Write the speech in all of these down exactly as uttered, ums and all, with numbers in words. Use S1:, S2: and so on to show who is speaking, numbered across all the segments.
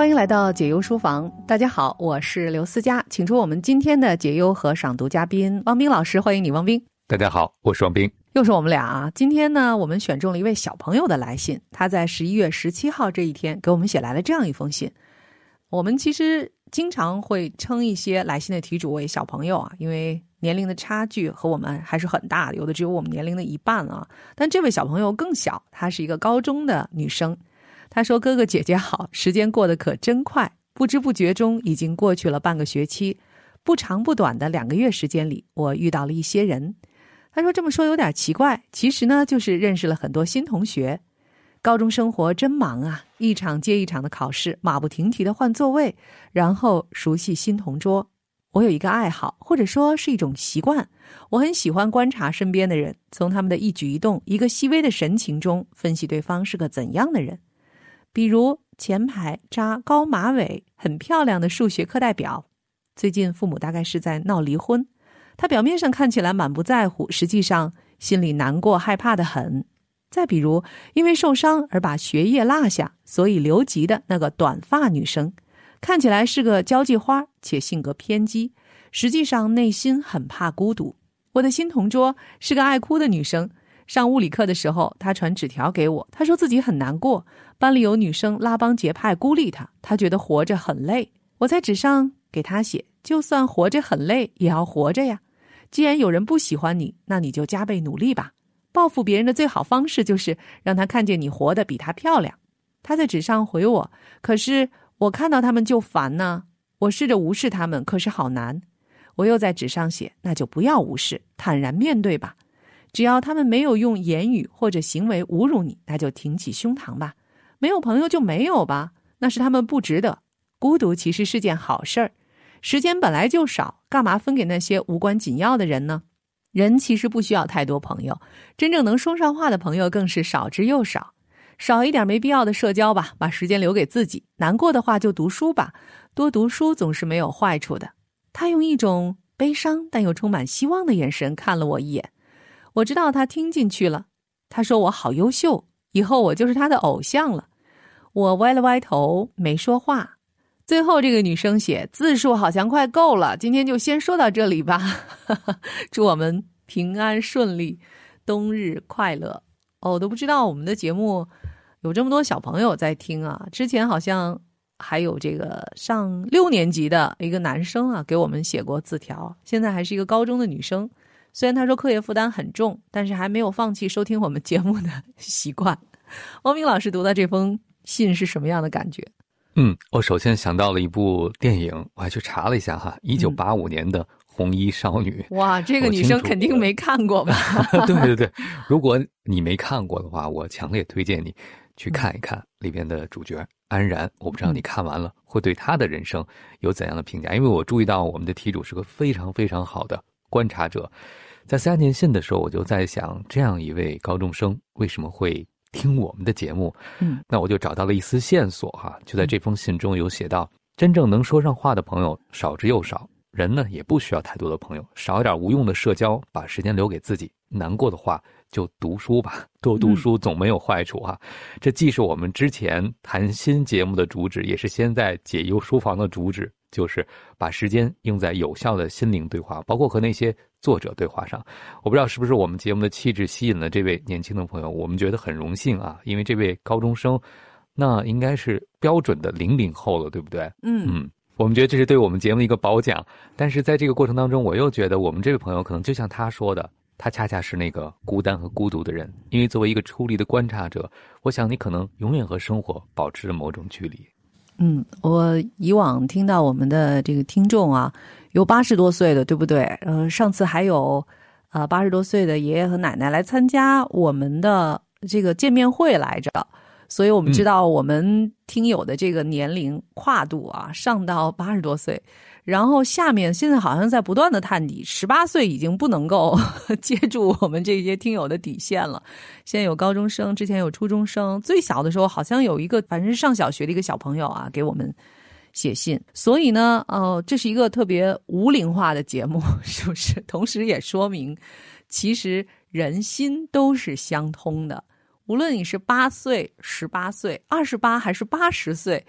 S1: 欢迎来到解忧书房。大家好，我是刘思佳，请出我们今天的解忧和赏读嘉宾汪斌老师。欢迎你，汪斌。
S2: 大家好，我是汪斌。
S1: 又是我们俩啊！今天呢，我们选中了一位小朋友的来信，他在十一月十七号这一天给我们写来了这样一封信。我们其实经常会称一些来信的题主为小朋友啊，因为年龄的差距和我们还是很大的，有的只有我们年龄的一半啊。但这位小朋友更小，她是一个高中的女生。她说：哥哥姐姐好，时间过得可真快，不知不觉中已经过去了半个学期。不长不短的两个月时间里，我遇到了一些人。他说这么说有点奇怪，其实呢就是认识了很多新同学。高中生活真忙啊，一场接一场的考试，马不停蹄的换座位，然后熟悉新同桌。我有一个爱好，或者说是一种习惯，我很喜欢观察身边的人，从他们的一举一动，一个细微的神情中分析对方是个怎样的人。比如前排扎高马尾很漂亮的数学课代表，最近父母大概是在闹离婚，他表面上看起来满不在乎，实际上心里难过害怕得很。再比如因为受伤而把学业落下，所以留级的那个短发女生，看起来是个交际花且性格偏激，实际上内心很怕孤独。我的新同桌是个爱哭的女生，上物理课的时候她传纸条给我，她说自己很难过，班里有女生拉帮结派孤立她，她觉得活着很累。我在纸上给她写，就算活着很累也要活着呀，既然有人不喜欢你，那你就加倍努力吧。报复别人的最好方式就是让他看见你活得比他漂亮。他在纸上回我，可是我看到他们就烦呢。我试着无视他们，可是好难。我又在纸上写，那就不要无视，坦然面对吧。只要他们没有用言语或者行为侮辱你，那就挺起胸膛吧。没有朋友就没有吧，那是他们不值得。孤独其实是件好事儿，时间本来就少，干嘛分给那些无关紧要的人呢？人其实不需要太多朋友，真正能说上话的朋友更是少之又少。少一点没必要的社交吧，把时间留给自己。难过的话就读书吧，多读书总是没有坏处的。他用一种悲伤但又充满希望的眼神看了我一眼，我知道他听进去了。他说我好优秀，以后我就是他的偶像了。我歪了歪头没说话。最后这个女生写，字数好像快够了，今天就先说到这里吧。祝我们平安顺利，冬日快乐。哦，我都不知道我们的节目有这么多小朋友在听啊！之前好像还有这个上六年级的一个男生啊，给我们写过字条，现在还是一个高中的女生。虽然他说课业负担很重，但是还没有放弃收听我们节目的习惯。汪明老师读到这封信是什么样的感觉？
S2: 嗯，我首先想到了一部电影，我还去查了一下哈，一九八五年的《红衣少女》。
S1: 嗯。哇，这个女生肯定没看过吧？
S2: 对对对，如果你没看过的话，我强烈推荐你去看一看里边的主角安然。我不知道你看完了会对她的人生有怎样的评价，因为我注意到我们的题主是个非常非常好的观察者。在三年信的时候，我就在想，这样一位高中生为什么会听我们的节目？嗯，那我就找到了一丝线索哈，就在这封信中有写到，真正能说上话的朋友少之又少，人呢也不需要太多的朋友，少一点无用的社交，把时间留给自己。难过的话就读书吧，多读书总没有坏处哈。嗯、这既是我们之前谈新节目的主旨，也是现在解忧书房的主旨，就是把时间用在有效的心灵对话，包括和那些作者对话上。我不知道是不是我们节目的气质吸引了这位年轻的朋友，我们觉得很荣幸啊，因为这位高中生那应该是标准的零零后了，对不对？嗯嗯，我们觉得这是对我们节目的一个褒奖。但是在这个过程当中，我又觉得我们这位朋友可能就像他说的，他恰恰是那个孤单和孤独的人，因为作为一个出离的观察者，我想你可能永远和生活保持着某种距离。
S1: 嗯，我以往听到我们的这个听众啊，有八十多岁的，对不对？呃，上次还有呃八十多岁的爷爷和奶奶来参加我们的这个见面会来着，所以我们知道我们听友的这个年龄跨度啊，上到八十多岁。然后下面现在好像在不断的探底，十八岁已经不能够接住我们这些听友的底线了。现在有高中生，之前有初中生，最小的时候好像有一个反正是上小学的一个小朋友啊，给我们写信。所以呢，呃，这是一个特别无龄化的节目，是不是？同时也说明，其实人心都是相通的。无论你是八岁、十八岁、二十八还是八十岁，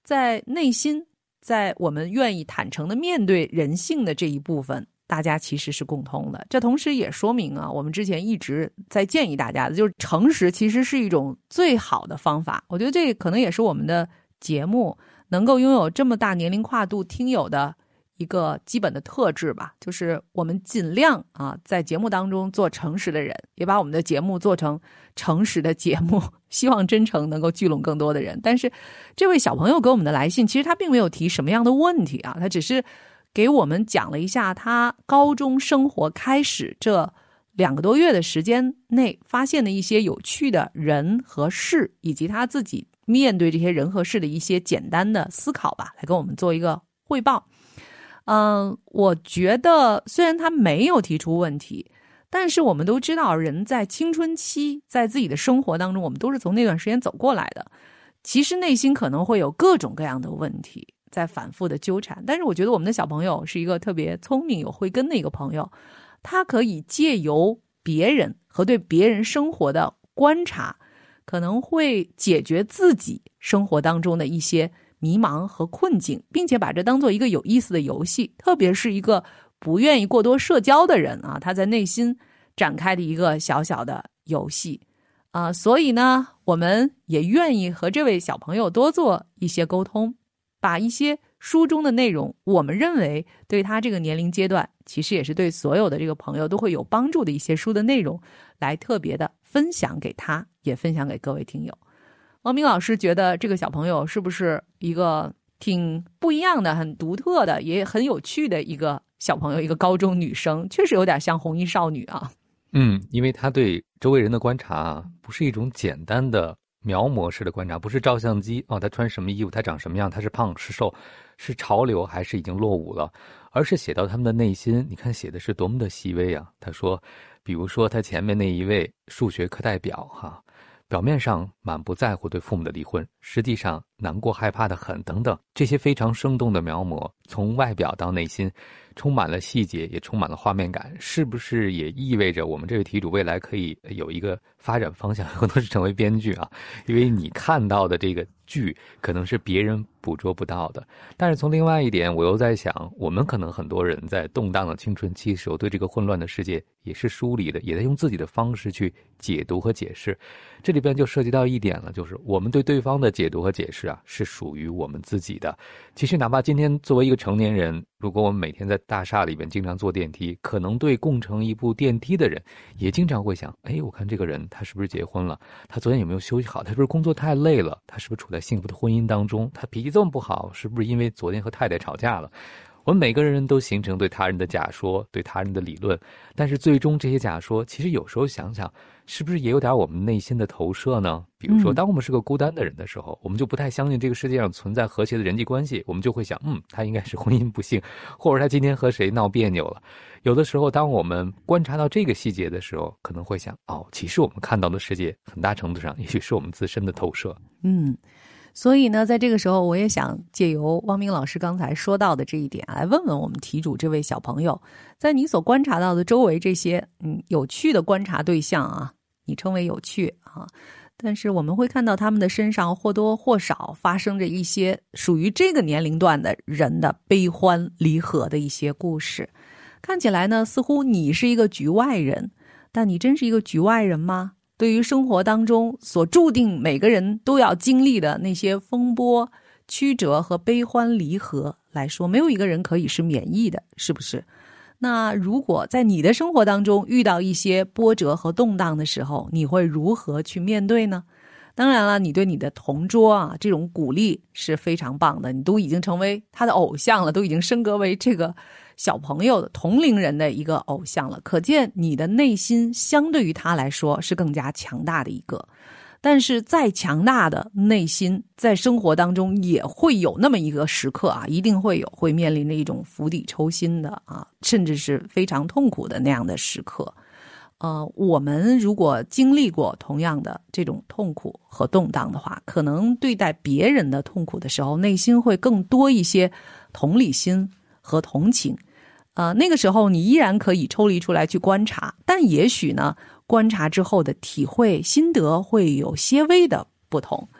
S1: 在内心，在我们愿意坦诚的面对人性的这一部分，大家其实是共通的。这同时也说明啊，我们之前一直在建议大家的，就是诚实其实是一种最好的方法。我觉得这可能也是我们的节目能够拥有这么大年龄跨度听友的一个基本的特质吧，就是我们尽量啊在节目当中做诚实的人，也把我们的节目做成诚实的节目，希望真诚能够聚拢更多的人。但是这位小朋友给我们的来信，其实他并没有提什么样的问题啊，他只是给我们讲了一下他高中生活开始这两个多月的时间内发现的一些有趣的人和事，以及他自己面对这些人和事的一些简单的思考吧，来跟我们做一个汇报。嗯，我觉得虽然他没有提出问题，但是我们都知道人在青春期，在自己的生活当中，我们都是从那段时间走过来的，其实内心可能会有各种各样的问题在反复的纠缠。但是我觉得我们的小朋友是一个特别聪明有慧根的一个朋友，他可以借由别人和对别人生活的观察，可能会解决自己生活当中的一些迷茫和困境，并且把这当做一个有意思的游戏，特别是一个不愿意过多社交的人啊，他在内心展开的一个小小的游戏啊、呃，所以呢，我们也愿意和这位小朋友多做一些沟通，把一些书中的内容，我们认为对他这个年龄阶段，其实也是对所有的这个朋友都会有帮助的一些书的内容，来特别的分享给他，也分享给各位听友。王明老师觉得这个小朋友是不是一个挺不一样的、很独特的，也很有趣的一个小朋友，一个高中女生，确实有点像红衣少女啊。
S2: 嗯，因为他对周围人的观察啊，不是一种简单的描摹式的观察，不是照相机哦，他穿什么衣服，他长什么样，他是胖是瘦，是潮流还是已经落伍了，而是写到他们的内心。你看写的是多么的细微啊！他说，比如说他前面那一位数学课代表哈。表面上满不在乎对父母的离婚，实际上难过害怕的很等等，这些非常生动的描摹，从外表到内心充满了细节，也充满了画面感，是不是也意味着我们这位题主未来可以有一个发展方向，可能是成为编剧啊？因为你看到的这个剧可能是别人捕捉不到的。但是从另外一点，我又在想，我们可能很多人在动荡的青春期时候，对这个混乱的世界也是梳理的，也在用自己的方式去解读和解释。这里边就涉及到一点了，就是我们对对方的解读和解释啊，是属于我们自己的。其实哪怕今天作为一个成年人，如果我们每天在大厦里边经常坐电梯，可能对共乘一部电梯的人也经常会想，哎，我看这个人他是不是结婚了，他昨天有没有休息好，他是不是工作太累了，他是不是处在幸福的婚姻当中，他脾气这么不好，是不是因为昨天和太太吵架了。我们每个人都形成对他人的假说，对他人的理论，但是最终这些假说其实有时候想想是不是也有点我们内心的投射呢？比如说当我们是个孤单的人的时候，我们就不太相信这个世界上存在和谐的人际关系，我们就会想，嗯，他应该是婚姻不幸，或者他今天和谁闹别扭了。有的时候当我们观察到这个细节的时候，可能会想，哦，其实我们看到的世界很大程度上也许是我们自身的投射。
S1: 嗯，所以呢，在这个时候我也想借由汪明老师刚才说到的这一点，来问问我们题主这位小朋友，在你所观察到的周围这些嗯有趣的观察对象啊，你称为有趣啊，但是我们会看到他们的身上或多或少发生着一些属于这个年龄段的人的悲欢离合的一些故事。看起来呢，似乎你是一个局外人，但你真是一个局外人吗？对于生活当中所注定每个人都要经历的那些风波、曲折和悲欢离合来说，没有一个人可以是免疫的，是不是？那如果在你的生活当中遇到一些波折和动荡的时候，你会如何去面对呢？当然了，你对你的同桌啊，这种鼓励是非常棒的，你都已经成为他的偶像了，都已经升格为这个小朋友的同龄人的一个偶像了，可见你的内心相对于他来说是更加强大的一个。但是再强大的内心，在生活当中也会有那么一个时刻啊，一定会有，会面临着一种釜底抽薪的啊，甚至是非常痛苦的那样的时刻。呃，我们如果经历过同样的这种痛苦和动荡的话，可能对待别人的痛苦的时候，内心会更多一些同理心和同情。呃，那个时候你依然可以抽离出来去观察，但也许呢，观察之后的体会心得会有些微的不同。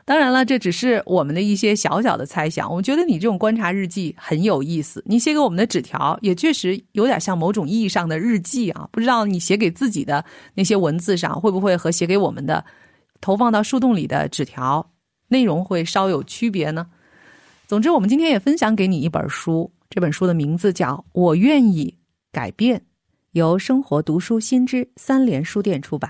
S1: 当然了，这只是我们的一些小小的猜想。我觉得你这种观察日记很有意思，你写给我们的纸条也确实有点像某种意义上的日记啊。不知道你写给自己的那些文字上，会不会和写给我们的投放到树洞里的纸条内容会稍有区别呢？总之，我们今天也分享给你一本书，这本书的名字叫《我愿意改变》，由生活读书新知三联书店出版。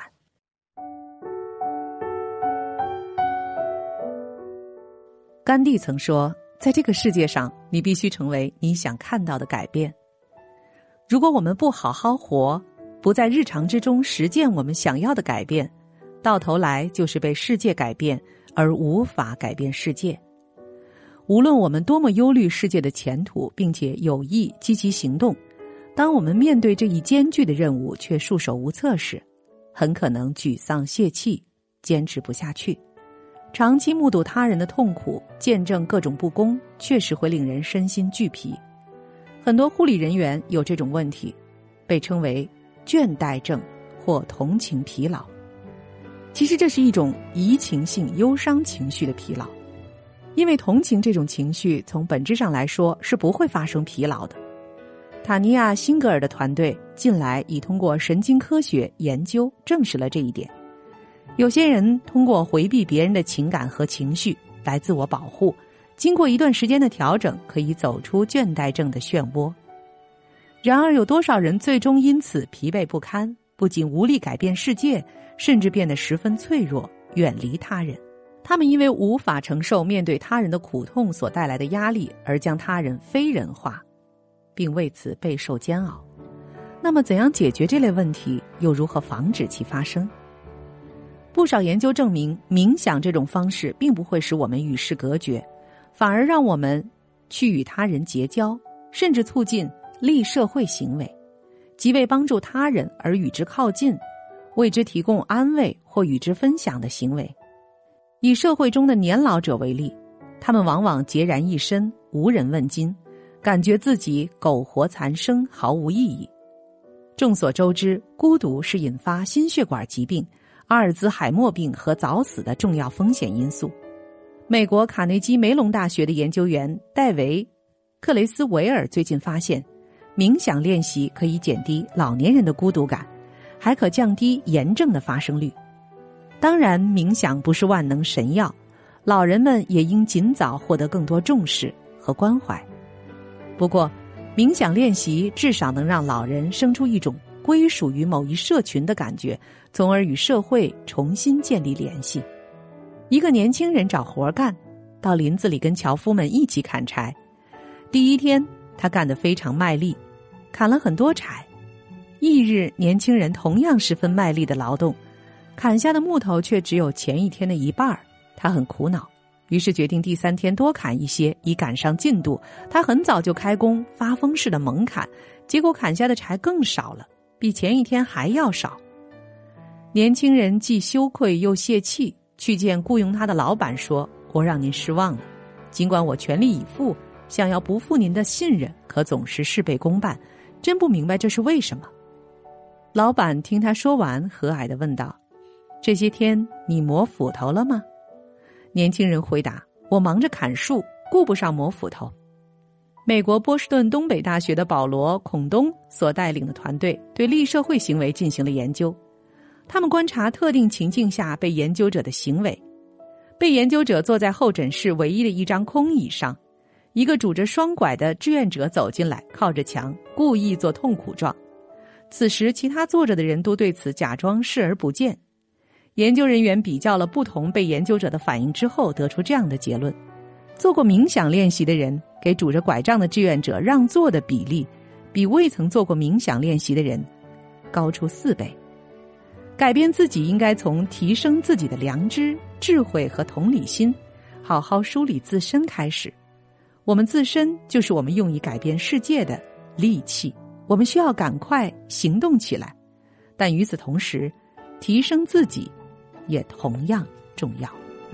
S1: 甘地曾说，在这个世界上，你必须成为你想看到的改变。如果我们不好好活，不在日常之中实践我们想要的改变，到头来就是被世界改变，而无法改变世界。无论我们多么忧虑世界的前途，并且有意积极行动，当我们面对这一艰巨的任务却束手无策时，很可能沮丧泄气，坚持不下去。长期目睹他人的痛苦，见证各种不公，确实会令人身心俱疲。很多护理人员有这种问题，被称为倦怠症或同情疲劳。其实这是一种移情性忧伤情绪的疲劳，因为同情这种情绪从本质上来说是不会发生疲劳的。塔尼亚·辛格尔的团队近来已通过神经科学研究证实了这一点。有些人通过回避别人的情感和情绪来自我保护，经过一段时间的调整，可以走出倦怠症的漩涡。然而有多少人最终因此疲惫不堪，不仅无力改变世界，甚至变得十分脆弱，远离他人。他们因为无法承受面对他人的苦痛所带来的压力，而将他人非人化，并为此备受煎熬。那么怎样解决这类问题，又如何防止其发生？不少研究证明，冥想这种方式并不会使我们与世隔绝，反而让我们去与他人结交，甚至促进利社会行为，即为帮助他人而与之靠近，为之提供安慰或与之分享的行为。以社会中的年老者为例，他们往往孑然一身，无人问津，感觉自己苟活残生，毫无意义。众所周知，孤独是引发心血管疾病、阿尔兹海默病和早死的重要风险因素。美国卡内基梅隆大学的研究员戴维·克雷斯维尔最近发现，冥想练习可以减低老年人的孤独感，还可降低炎症的发生率。当然，冥想不是万能神药，老人们也应尽早获得更多重视和关怀。不过，冥想练习至少能让老人生出一种归属于某一社群的感觉，从而与社会重新建立联系。一个年轻人找活干，到林子里跟樵夫们一起砍柴。第一天，他干得非常卖力，砍了很多柴。翌日，年轻人同样十分卖力的劳动，砍下的木头却只有前一天的一半，他很苦恼，于是决定第三天多砍一些，以赶上进度。他很早就开工，发疯似的猛砍，结果砍下的柴更少了，比前一天还要少。年轻人既羞愧又泄气，去见雇佣他的老板说：“我让您失望了，尽管我全力以赴，想要不负您的信任，可总是事倍功半，真不明白这是为什么。”老板听他说完，和蔼地问道：“这些天你磨斧头了吗？”年轻人回答：“我忙着砍树，顾不上磨斧头。”美国波士顿东北大学的保罗·孔东所带领的团队对利社会行为进行了研究。他们观察特定情境下被研究者的行为。被研究者坐在候诊室唯一的一张空椅上，一个拄着双拐的志愿者走进来，靠着墙，故意做痛苦状。此时其他坐着的人都对此假装视而不见。研究人员比较了不同被研究者的反应之后，得出这样的结论：做过冥想练习的人给拄着拐杖的志愿者让座的比例，比未曾做过冥想练习的人高出四倍。改变自己应该从提升自己的良知、智慧和同理心，好好梳理自身开始。我们自身就是我们用以改变世界的利器，我们需要赶快行动起来。但与此同时，提升自己也同样重要。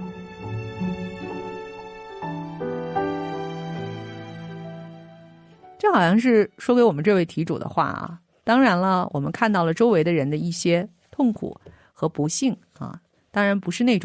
S1: 这好像是说给我们这位题主的话啊。当然了，我们看到了周围的人的一些痛苦和不幸啊，当然不是那种非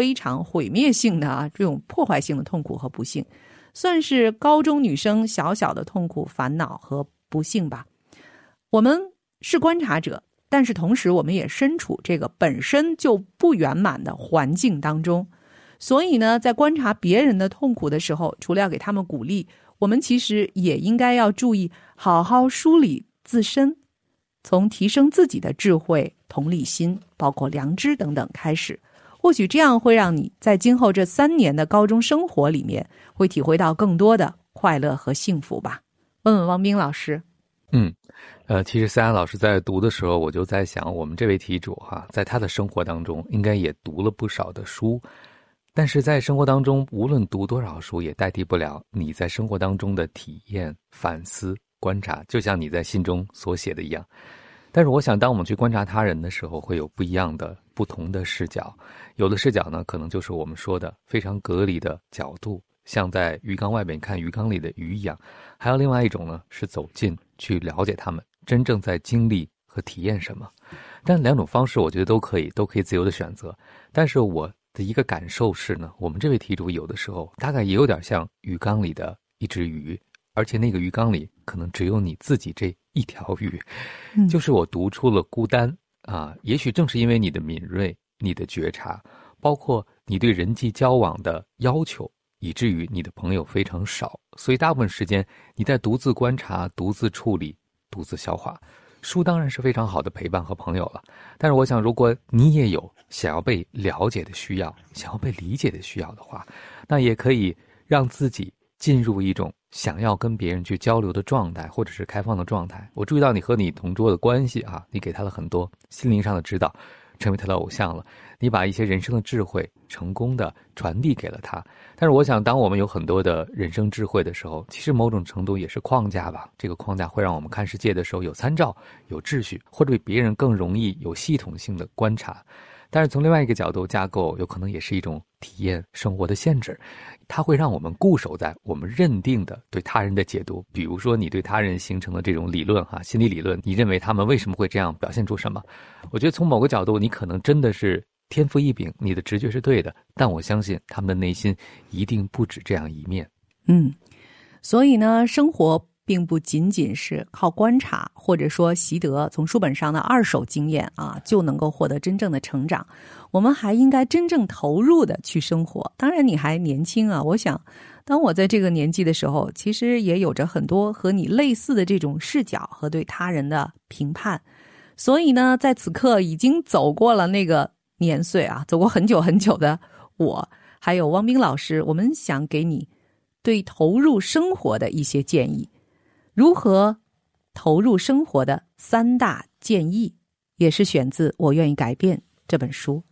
S1: 非常毁灭性的啊，这种破坏性的痛苦和不幸，算是高中女生小小的痛苦、烦恼和不幸吧。我们是观察者，但是同时我们也身处这个本身就不圆满的环境当中，所以呢，在观察别人的痛苦的时候，除了要给他们鼓励，我们其实也应该要注意好好梳理自身，从提升自己的智慧、同理心，包括良知等等开始。或许这样会让你在今后这三年的高中生活里面，会体会到更多的快乐和幸福吧。问问汪冰老师。
S2: 嗯，呃，其实思安老师在读的时候，我就在想，我们这位题主哈，在他的生活当中，应该也读了不少的书，但是在生活当中，无论读多少书，也代替不了你在生活当中的体验、反思、观察，就像你在信中所写的一样。但是我想，当我们去观察他人的时候，会有不一样的、不同的视角。有的视角呢，可能就是我们说的非常隔离的角度，像在鱼缸外面看鱼缸里的鱼一样。还有另外一种呢，是走近去了解他们真正在经历和体验什么。但两种方式我觉得都可以，都可以自由的选择。但是我的一个感受是呢，我们这位题主有的时候大概也有点像鱼缸里的一只鱼，而且那个鱼缸里可能只有你自己这一条鱼。
S1: 嗯，
S2: 就是我读出了孤单啊，也许正是因为你的敏锐、你的觉察，包括你对人际交往的要求，以至于你的朋友非常少，所以大部分时间你在独自观察、独自处理、独自消化。书当然是非常好的陪伴和朋友了，但是我想，如果你也有想要被了解的需要，想要被理解的需要的话，那也可以让自己进入一种想要跟别人去交流的状态，或者是开放的状态。我注意到你和你同桌的关系啊，你给他了很多心灵上的指导，成为他的偶像了，你把一些人生的智慧成功的传递给了他。但是我想，当我们有很多的人生智慧的时候，其实某种程度也是框架吧。这个框架会让我们看世界的时候有参照、有秩序，或者比别人更容易有系统性的观察。但是从另外一个角度架构，有可能也是一种体验生活的限制，它会让我们固守在我们认定的对他人的解读。比如说你对他人形成的这种理论哈，心理理论，你认为他们为什么会这样表现出什么？我觉得从某个角度，你可能真的是天赋异禀，你的直觉是对的，但我相信他们的内心一定不止这样一面。
S1: 嗯，所以呢，生活并不仅仅是靠观察，或者说习得从书本上的二手经验啊，就能够获得真正的成长。我们还应该真正投入的去生活。当然你还年轻啊，我想当我在这个年纪的时候，其实也有着很多和你类似的这种视角和对他人的评判。所以呢，在此刻已经走过了那个年岁啊，走过很久很久的我，还有汪冰老师，我们想给你对投入生活的一些建议。如何投入生活的三大建议，也是选自《我愿意改变》这本书。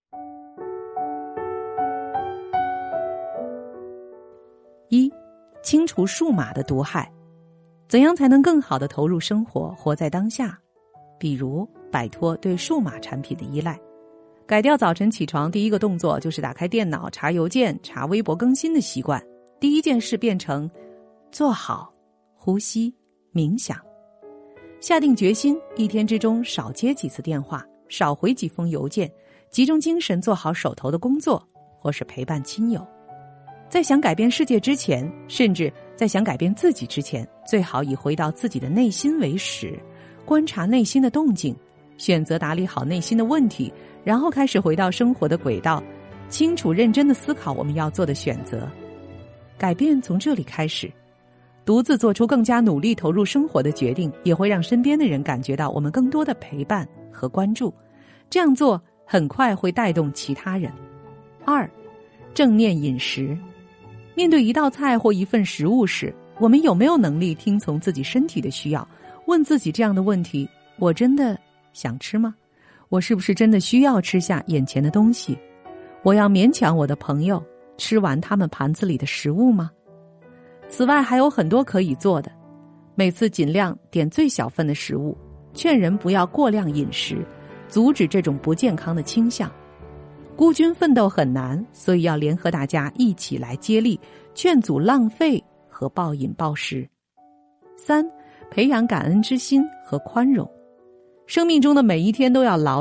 S1: 一、清除数码的毒害。怎样才能更好地投入生活，活在当下？比如摆脱对数码产品的依赖，改掉早晨起床第一个动作就是打开电脑查邮件、查微博更新的习惯，第一件事变成做好呼吸、冥想，下定决心一天之中少接几次电话，少回几封邮件，集中精神做好手头的工作，或是陪伴亲友。在想改变世界之前，甚至在想改变自己之前，最好以回到自己的内心为始，观察内心的动静，选择打理好内心的问题，然后开始回到生活的轨道，清楚认真地思考我们要做的选择。改变从这里开始，独自做出更加努力投入生活的决定，也会让身边的人感觉到我们更多的陪伴和关注。这样做很快会带动其他人。二、正念饮食。面对一道菜或一份食物时，我们有没有能力听从自己身体的需要，问自己这样的问题：我真的想吃吗？我是不是真的需要吃下眼前的东西？我要勉强我的朋友吃完他们盘子里的食物吗？此外还有很多可以做的，每次尽量点最小份的食物，劝人不要过量饮食，阻止这种不健康的倾向。孤军奋斗很难，所以要联合大家一起来接力，劝阻浪费和暴饮暴食。三、培养感恩之心和宽容。生命中的每一天都要牢记，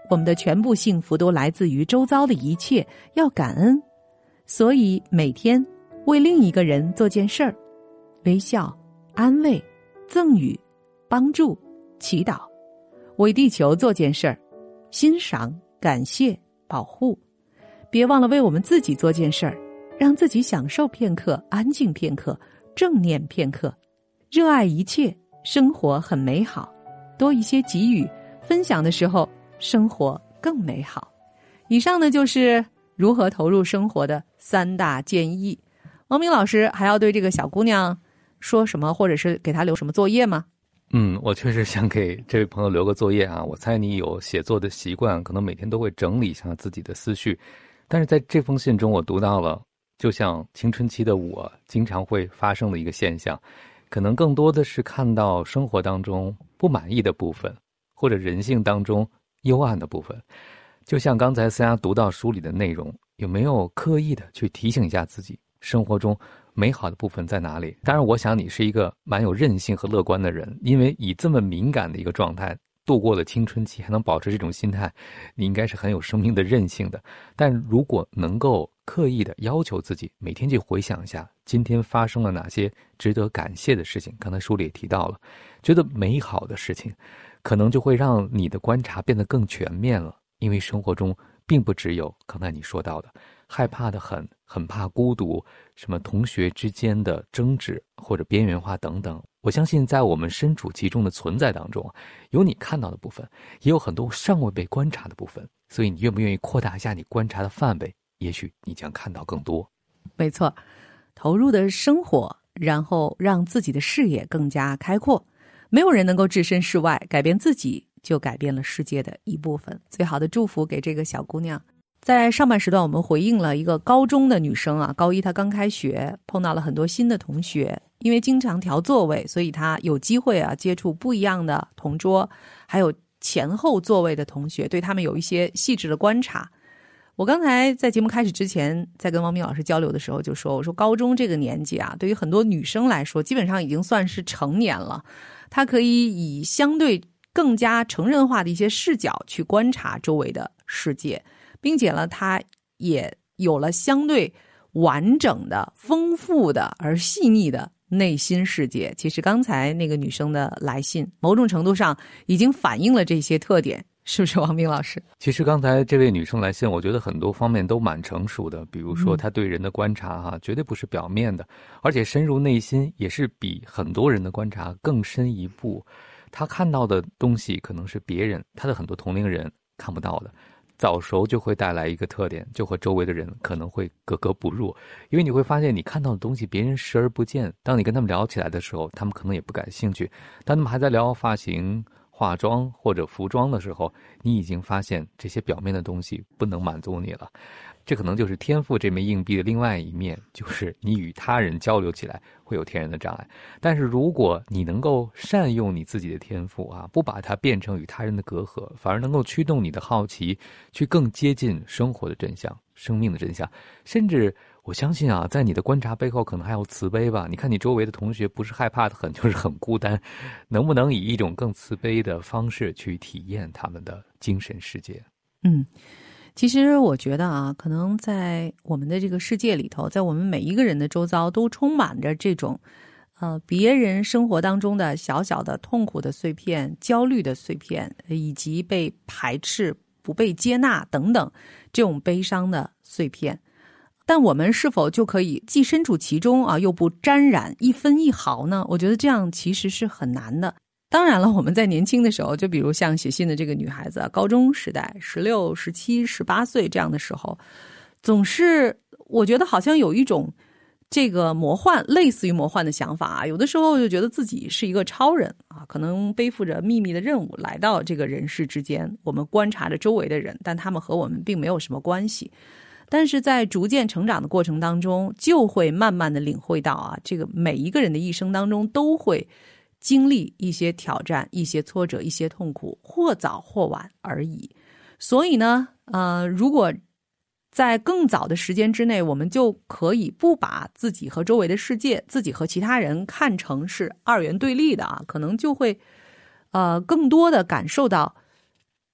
S1: 我们的全部幸福都来自于周遭的一切，要感恩。所以每天为另一个人做件事儿，微笑、安慰、赠予、帮助、祈祷，为地球做件事儿，欣赏、感谢、保护。别忘了为我们自己做件事儿，让自己享受片刻，安静片刻，正念片刻，热爱一切，生活很美好。多一些给予分享的时候，生活更美好。以上呢就是如何投入生活的三大建议。王明老师还要对这个小姑娘说什么，或者是给她留什么作业吗？
S2: 嗯，我确实想给这位朋友留个作业啊。我猜你有写作的习惯，可能每天都会整理一下自己的思绪。但是在这封信中，我读到了，就像青春期的我经常会发生的一个现象，可能更多的是看到生活当中不满意的部分，或者人性当中幽暗的部分。就像刚才思佳读到书里的内容，有没有刻意的去提醒一下自己，生活中美好的部分在哪里？当然我想你是一个蛮有韧性和乐观的人，因为以这么敏感的一个状态度过了青春期，还能保持这种心态，你应该是很有生命的韧性的。但如果能够刻意的要求自己每天去回想一下今天发生了哪些值得感谢的事情，刚才书里也提到了，觉得美好的事情，可能就会让你的观察变得更全面了。因为生活中并不只有刚才你说到的害怕的很很怕孤独，什么同学之间的争执或者边缘化等等。我相信在我们身处其中的存在当中，有你看到的部分，也有很多尚未被观察的部分，所以你愿不愿意扩大一下你观察的范围，也许你将看到更多。
S1: 没错，投入的生活，然后让自己的视野更加开阔。没有人能够置身事外，改变自己就改变了世界的一部分。最好的祝福给这个小姑娘。在上半时段我们回应了一个高中的女生啊，高一她刚开学，碰到了很多新的同学，因为经常调座位，所以她有机会啊接触不一样的同桌，还有前后座位的同学，对他们有一些细致的观察。我刚才在节目开始之前，在跟王明老师交流的时候就说，我说高中这个年纪啊，对于很多女生来说，基本上已经算是成年了，她可以以相对更加成人化的一些视角去观察周围的世界，并且呢，她也有了相对完整的、丰富的而细腻的内心世界。其实刚才那个女生的来信，某种程度上已经反映了这些特点。是不是王明老师？
S2: 其实刚才这位女生来信，我觉得很多方面都蛮成熟的。比如说她对人的观察哈、啊，绝对不是表面的，而且深入内心，也是比很多人的观察更深一步。她看到的东西可能是别人，她的很多同龄人看不到的。早熟就会带来一个特点，就和周围的人可能会格格不入，因为你会发现你看到的东西别人视而不见。当你跟他们聊起来的时候，他们可能也不感兴趣。当他们还在聊发型、化妆或者服装的时候，你已经发现这些表面的东西不能满足你了。这可能就是天赋这枚硬币的另外一面，就是你与他人交流起来会有天然的障碍。但是如果你能够善用你自己的天赋啊，不把它变成与他人的隔阂，反而能够驱动你的好奇，去更接近生活的真相、生命的真相。甚至我相信啊，在你的观察背后可能还有慈悲吧。你看你周围的同学不是害怕的很，就是很孤单，能不能以一种更慈悲的方式去体验他们的精神世界？
S1: 嗯，其实我觉得啊，可能在我们的这个世界里头，在我们每一个人的周遭都充满着这种呃别人生活当中的小小的痛苦的碎片、焦虑的碎片，以及被排斥、不被接纳等等这种悲伤的碎片。但我们是否就可以既身处其中啊，又不沾染一分一毫呢？我觉得这样其实是很难的。当然了，我们在年轻的时候，就比如像写信的这个女孩子，高中时代十六、十七、十八岁这样的时候，总是我觉得好像有一种这个魔幻，类似于魔幻的想法啊。有的时候就觉得自己是一个超人啊，可能背负着秘密的任务来到这个人世之间，我们观察着周围的人，但他们和我们并没有什么关系。但是在逐渐成长的过程当中，就会慢慢的领会到啊，这个每一个人的一生当中都会经历一些挑战、一些挫折、一些痛苦，或早或晚而已。所以呢，呃，如果在更早的时间之内，我们就可以不把自己和周围的世界、自己和其他人看成是二元对立的啊，可能就会呃更多的感受到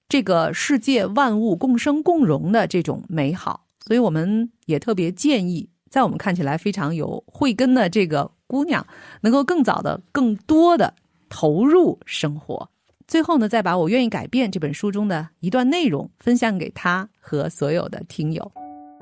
S1: 这个世界万物共生共荣的这种美好。所以我们也特别建议，在我们看起来非常有慧根的这个姑娘，能够更早的、更多的投入生活。最后呢，再把我愿意改变这本书中的一段内容分享给她和所有的听友。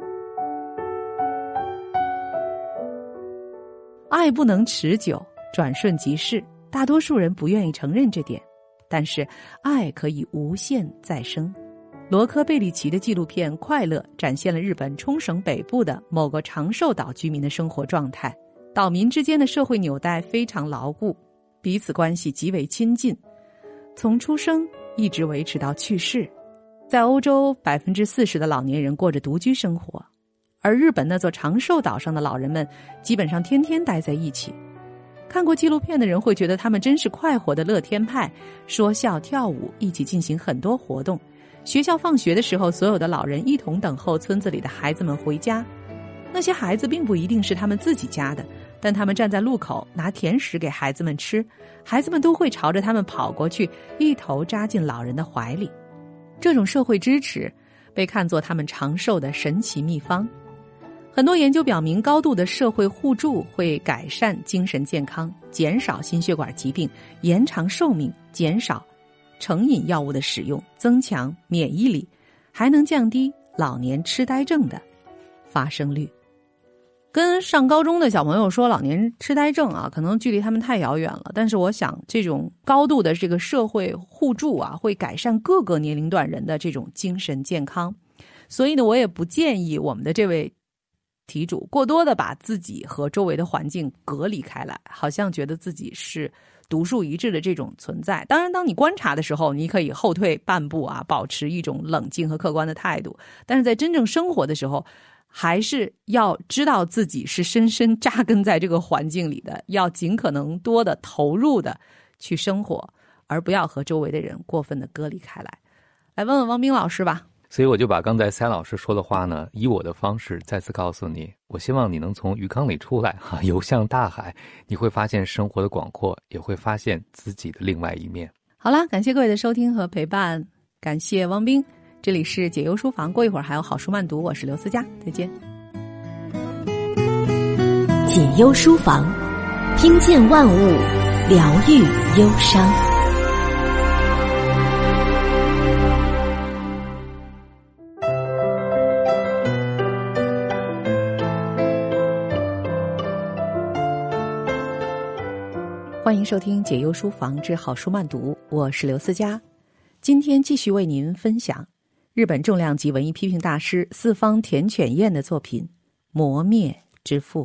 S1: 爱不能持久，转瞬即逝，大多数人不愿意承认这点，但是爱可以无限再生。罗科贝里奇的纪录片《快乐》展现了日本冲绳北部的某个长寿岛居民的生活状态。岛民之间的社会纽带非常牢固，彼此关系极为亲近，从出生一直维持到去世。在欧洲， 百分之四十 的老年人过着独居生活，而日本那座长寿岛上的老人们基本上天天待在一起。看过纪录片的人会觉得他们真是快活的乐天派，说笑跳舞，一起进行很多活动。学校放学的时候，所有的老人一同等候村子里的孩子们回家。那些孩子并不一定是他们自己家的，但他们站在路口拿甜食给孩子们吃，孩子们都会朝着他们跑过去，一头扎进老人的怀里。这种社会支持被看作他们长寿的神奇秘方。很多研究表明，高度的社会互助会改善精神健康，减少心血管疾病，延长寿命，减少成瘾药物的使用，增强免疫力，还能降低老年痴呆症的发生率。跟上高中的小朋友说老年痴呆症啊，可能距离他们太遥远了，但是我想这种高度的这个社会互助啊，会改善各个年龄段人的这种精神健康。所以呢，我也不建议我们的这位题主过多的把自己和周围的环境隔离开来，好像觉得自己是独树一帜的这种存在。当然，当你观察的时候，你可以后退半步啊，保持一种冷静和客观的态度。但是在真正生活的时候，还是要知道自己是深深扎根在这个环境里的，要尽可能多的投入的去生活，而不要和周围的人过分的隔离开来。来问问汪冰老师吧。
S2: 所以我就把刚才塞老师说的话呢，以我的方式再次告诉你，我希望你能从鱼缸里出来哈，游向大海，你会发现生活的广阔，也会发现自己的另外一面。
S1: 好了，感谢各位的收听和陪伴，感谢汪冰，这里是解忧书房，过一会儿还有好书慢读，我是刘思佳，再见。
S3: 解忧书房，听见万物，疗愈忧伤。
S1: 欢迎收听解忧书房之好书慢读，我是刘思佳。今天继续为您分享日本重量级文艺批评大师四方田犬彦的作品《磨灭之父》。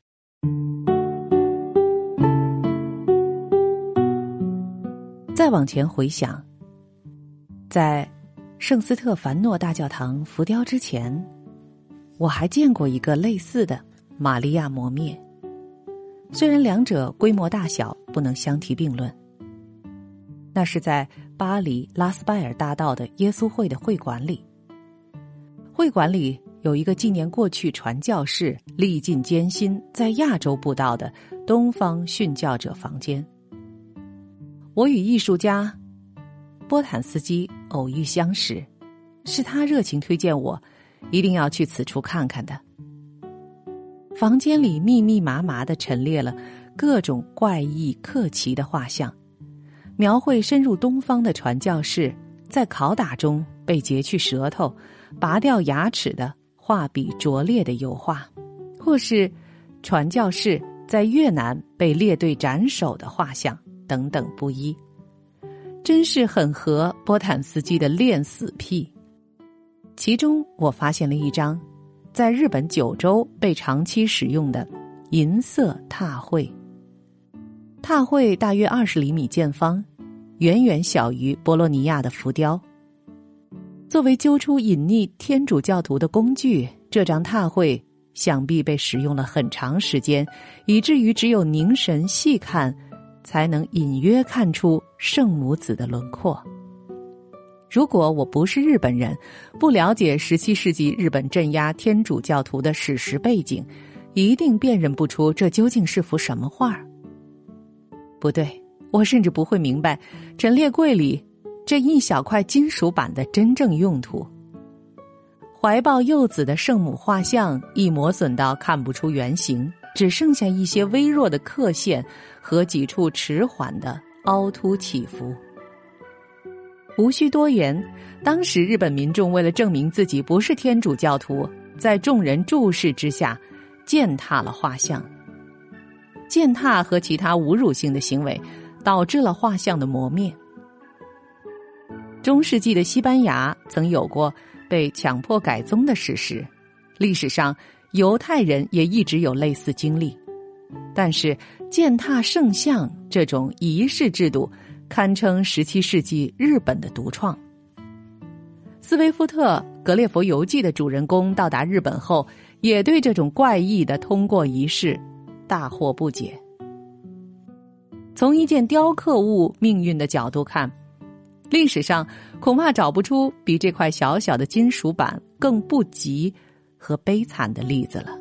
S1: 再往前回想，在圣斯特凡诺大教堂浮雕之前，我还见过一个类似的玛利亚磨灭。虽然两者规模大小不能相提并论，那是在巴黎拉斯拜尔大道的耶稣会的会馆里。会馆里有一个纪念过去传教士历尽艰辛在亚洲布道的东方殉教者房间。我与艺术家波坦斯基偶遇相识，是他热情推荐我一定要去此处看看的。房间里密密麻麻地陈列了各种怪异刻奇的画像，描绘深入东方的传教士在拷打中被截去舌头、拔掉牙齿的画笔拙劣的油画，或是传教士在越南被列队斩首的画像等等不一，真是很合波坦斯基的恋死癖。其中我发现了一张在日本九州被长期使用的银色拓绘，拓绘大约二十厘米见方，远远小于波罗尼亚的浮雕。作为揪出隐匿天主教徒的工具，这张拓绘想必被使用了很长时间，以至于只有凝神细看才能隐约看出圣母子的轮廓。如果我不是日本人，不了解十七世纪日本镇压天主教徒的史实背景，一定辨认不出这究竟是幅什么画。不对，我甚至不会明白陈列柜里这一小块金属板的真正用途。怀抱幼子的圣母画像已磨损到看不出原形，只剩下一些微弱的刻线和几处迟缓的凹凸起伏。无需多言，当时日本民众为了证明自己不是天主教徒，在众人注视之下践踏了画像。践踏和其他侮辱性的行为导致了画像的磨灭。中世纪的西班牙曾有过被强迫改宗的事实，历史上犹太人也一直有类似经历。但是践踏圣像这种仪式制度堪称十七世纪日本的独创。斯威夫特《格列佛游记》的主人公到达日本后，也对这种怪异的通过仪式大惑不解。从一件雕刻物命运的角度看，历史上恐怕找不出比这块小小的金属板更不吉和悲惨的例子了。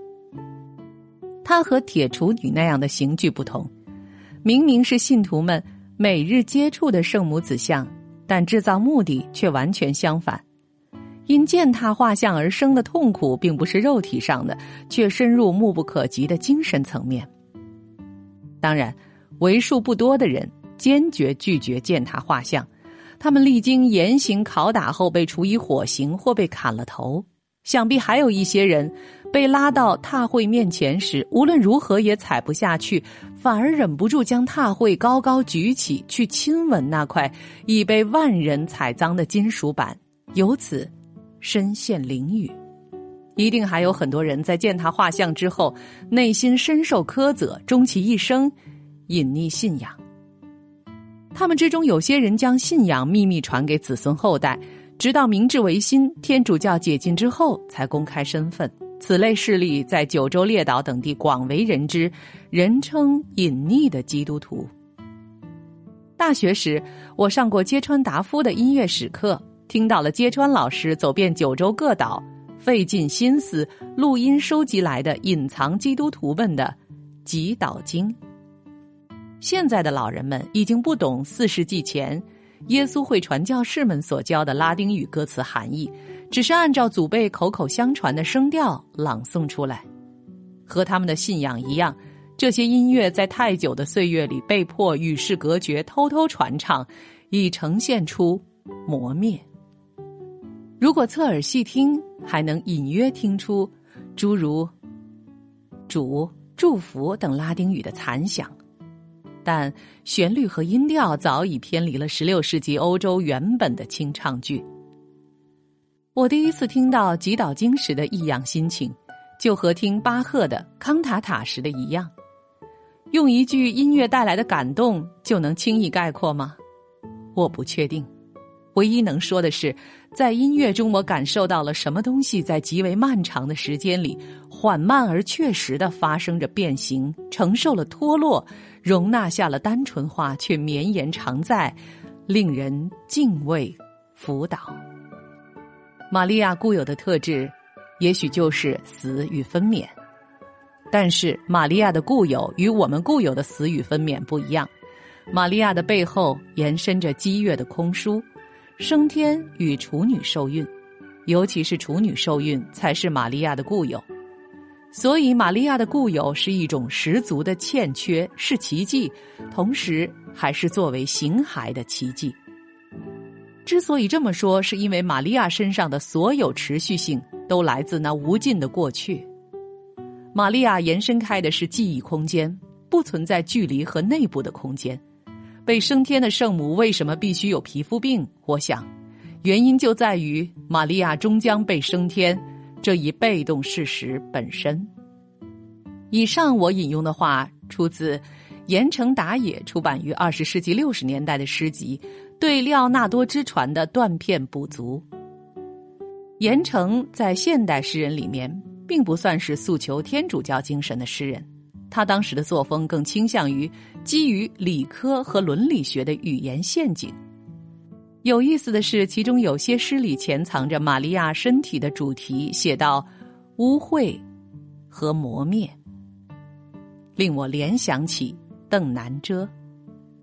S1: 它和铁杵女那样的刑具不同，明明是信徒们每日接触的圣母子像，但制造目的却完全相反。因践踏画像而生的痛苦并不是肉体上的，却深入目不可及的精神层面。当然，为数不多的人坚决拒绝践踏画像，他们历经严刑拷打后被处以火刑或被砍了头。想必还有一些人被拉到踏会面前时，无论如何也踩不下去，反而忍不住将踏会高高举起，去亲吻那块已被万人踩脏的金属板，由此身陷囹圄。一定还有很多人在践踏画像之后，内心深受苛责，终其一生隐匿信仰。他们之中有些人将信仰秘密传给子孙后代，直到明治维新天主教解禁之后才公开身份。此类势力在九州列岛等地广为人知，人称隐匿的基督徒。大学时我上过揭川达夫的音乐史课，听到了揭川老师走遍九州各岛，费尽心思录音收集来的隐藏基督徒们的祈祷经。现在的老人们已经不懂四世纪前耶稣会传教士们所教的拉丁语歌词含义，只是按照祖辈口口相传的声调朗诵出来。和他们的信仰一样，这些音乐在太久的岁月里被迫与世隔绝，偷偷传唱，已呈现出磨灭。如果侧耳细听，还能隐约听出诸如主、祝福等拉丁语的残响，但旋律和音调早已偏离了十六世纪欧洲原本的清唱句。我第一次听到祈祷经时的异样心情，就和听巴赫的康塔塔时的一样。用一句音乐带来的感动就能轻易概括吗？我不确定。唯一能说的是，在音乐中我感受到了什么东西在极为漫长的时间里缓慢而确实地发生着变形，承受了脱落，容纳下了单纯化，却绵延常在，令人敬畏辅导。玛利亚固有的特质也许就是死与分娩，但是玛利亚的固有与我们固有的死与分娩不一样。玛利亚的背后延伸着激越的空疏，升天与处女受孕，尤其是处女受孕才是玛利亚的固有。所以玛利亚的固有是一种十足的欠缺，是奇迹，同时还是作为形骸的奇迹。之所以这么说，是因为玛利亚身上的所有持续性都来自那无尽的过去。玛利亚延伸开的是记忆空间，不存在距离和内部的空间。被升天的圣母为什么必须有皮肤病？我想，原因就在于玛利亚终将被升天这一被动事实本身。以上我引用的话出自岩城达也出版于二十世纪六十年代的诗集《对利奥纳多之船的断片补足》。岩城在现代诗人里面并不算是诉求天主教精神的诗人，他当时的作风更倾向于基于理科和伦理学的语言陷阱。有意思的是，其中有些诗里潜藏着玛利亚身体的主题，写到污秽和磨灭，令我联想起邓南遮。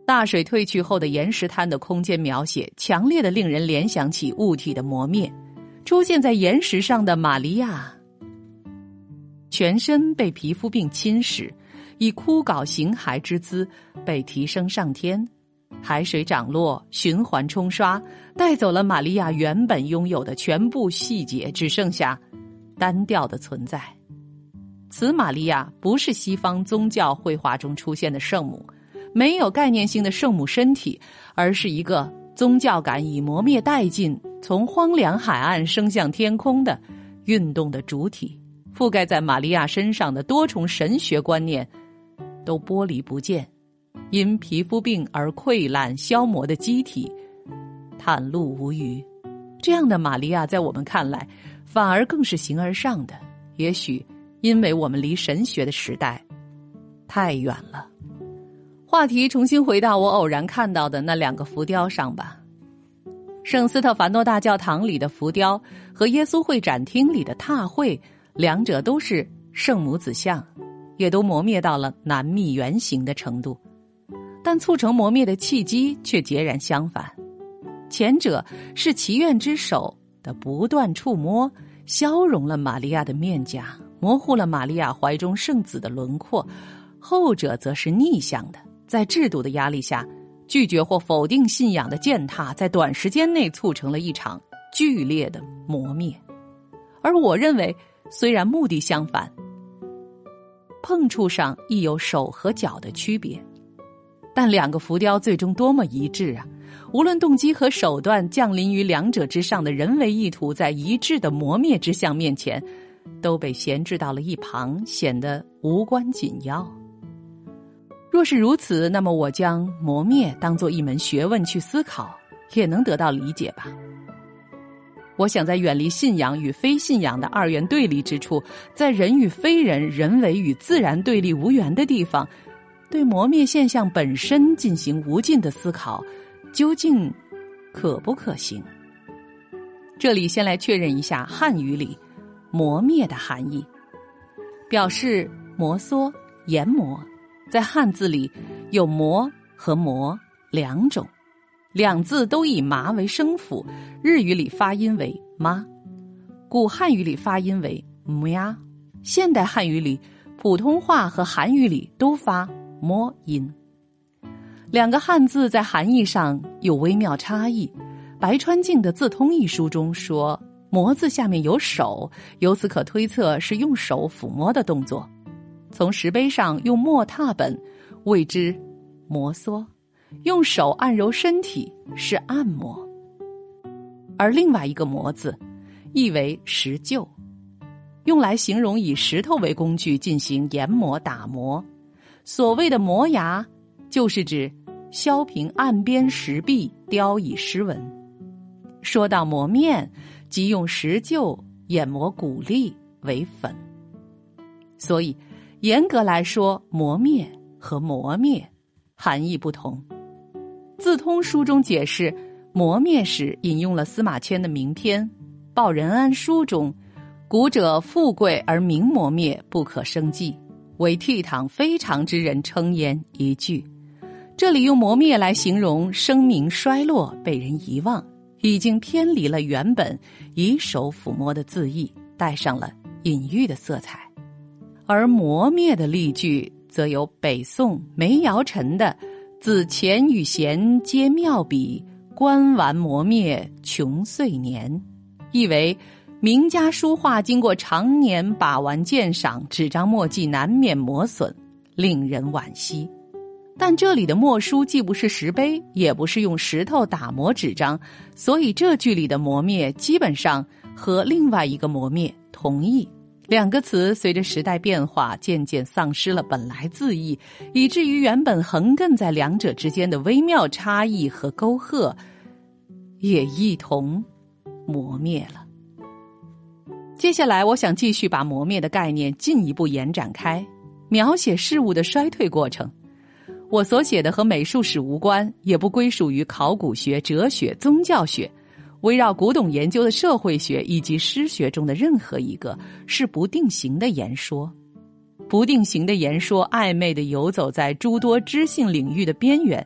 S1: 大水退去后的岩石滩的空间描写，强烈的令人联想起物体的磨灭。出现在岩石上的玛利亚，全身被皮肤病侵蚀，以枯槁形骸之姿被提升上天。海水涨落，循环冲刷，带走了玛利亚原本拥有的全部细节，只剩下单调的存在。此玛利亚不是西方宗教绘画中出现的圣母，没有概念性的圣母身体，而是一个宗教感已磨灭殆尽，从荒凉海岸升向天空的运动的主体。覆盖在玛利亚身上的多重神学观念都剥离不见，因皮肤病而溃烂消磨的机体袒露无余。这样的玛利亚在我们看来反而更是形而上的，也许因为我们离神学的时代太远了。话题重新回到我偶然看到的那两个浮雕上吧。圣斯特凡诺大教堂里的浮雕和耶稣会展厅里的踏会，两者都是圣母子像，也都磨灭到了难觅原形的程度，但促成磨灭的契机却截然相反。前者是祈愿之手的不断触摸，消融了玛利亚的面颊，模糊了玛利亚怀中圣子的轮廓；后者则是逆向的，在制度的压力下，拒绝或否定信仰的践踏，在短时间内促成了一场剧烈的磨灭。而我认为，虽然目的相反，碰触上亦有手和脚的区别，但两个浮雕最终多么一致啊！无论动机和手段，降临于两者之上的人为意图，在一致的磨灭之象面前，都被闲置到了一旁，显得无关紧要。若是如此，那么我将磨灭当作一门学问去思考，也能得到理解吧。我想在远离信仰与非信仰的二元对立之处，在人与非人、人为与自然对立无缘的地方，对磨灭现象本身进行无尽的思考，究竟可不可行？这里先来确认一下汉语里磨灭的含义。表示摩挲、研磨，在汉字里有磨和磨两种，两字都以麻为声符，日语里发音为妈，古汉语里发音为母呀，现代汉语里、普通话和韩语里都发摸音。两个汉字在含义上有微妙差异。白川静的《字通》一书中说，磨字下面有手，由此可推测是用手抚摸的动作。从石碑上用墨拓本，谓之摩挲，用手按揉身体是按摩。而另外一个磨字意为石臼，用来形容以石头为工具进行研磨打磨。所谓的磨牙，就是指削平岸边石壁，雕以诗文。说到磨面，即用石臼研磨谷粒为粉。所以严格来说，磨灭和磨灭含义不同。字通书中解释磨灭时引用了司马迁的名篇《报任安书》中，古者富贵而名磨灭，不可生计，为倜傥非常之人称焉一句。这里用磨灭来形容声名衰落，被人遗忘，已经偏离了原本以手抚摸的字义，带上了隐喻的色彩。而磨灭的例句则有北宋梅尧臣的子乾与咸皆妙笔，观完磨灭穷岁年，意为名家书画经过常年把玩鉴赏，纸张墨迹难免磨损，令人惋惜。但这里的墨书既不是石碑，也不是用石头打磨纸张，所以这句里的磨灭基本上和另外一个磨灭同义。两个词随着时代变化渐渐丧失了本来字义，以至于原本横亘在两者之间的微妙差异和沟壑也一同磨灭了。接下来我想继续把磨灭的概念进一步延展开，描写事物的衰退过程。我所写的和美术史无关，也不归属于考古学、哲学、宗教学，围绕古董研究的社会学以及诗学中的任何一个，是不定型的言说。不定型的言说暧昧地游走在诸多知性领域的边缘，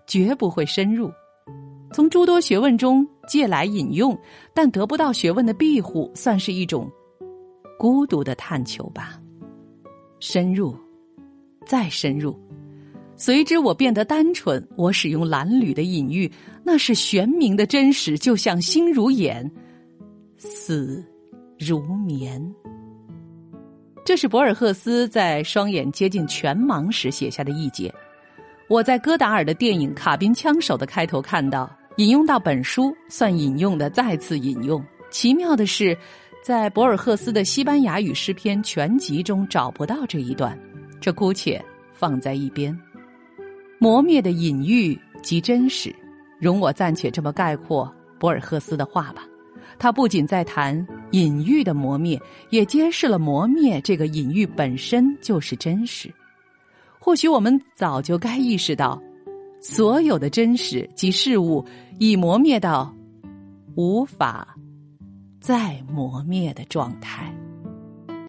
S1: 绝不会深入。从诸多学问中借来引用，但得不到学问的庇护，算是一种孤独的探求吧。深入，再深入，随之我变得单纯。我使用蓝缕的隐喻，那是玄冥的真实，就像心如眼，死如眠。这是博尔赫斯在双眼接近全盲时写下的译解。我在戈达尔的电影《卡宾枪手》的开头看到，引用到本书，算引用的再次引用。奇妙的是，在博尔赫斯的西班牙语诗篇全集中找不到这一段，这姑且放在一边。磨灭的隐喻即真实，容我暂且这么概括博尔赫斯的话吧。他不仅在谈隐喻的磨灭，也揭示了磨灭这个隐喻本身就是真实。或许我们早就该意识到，所有的真实及事物已磨灭到无法再磨灭的状态。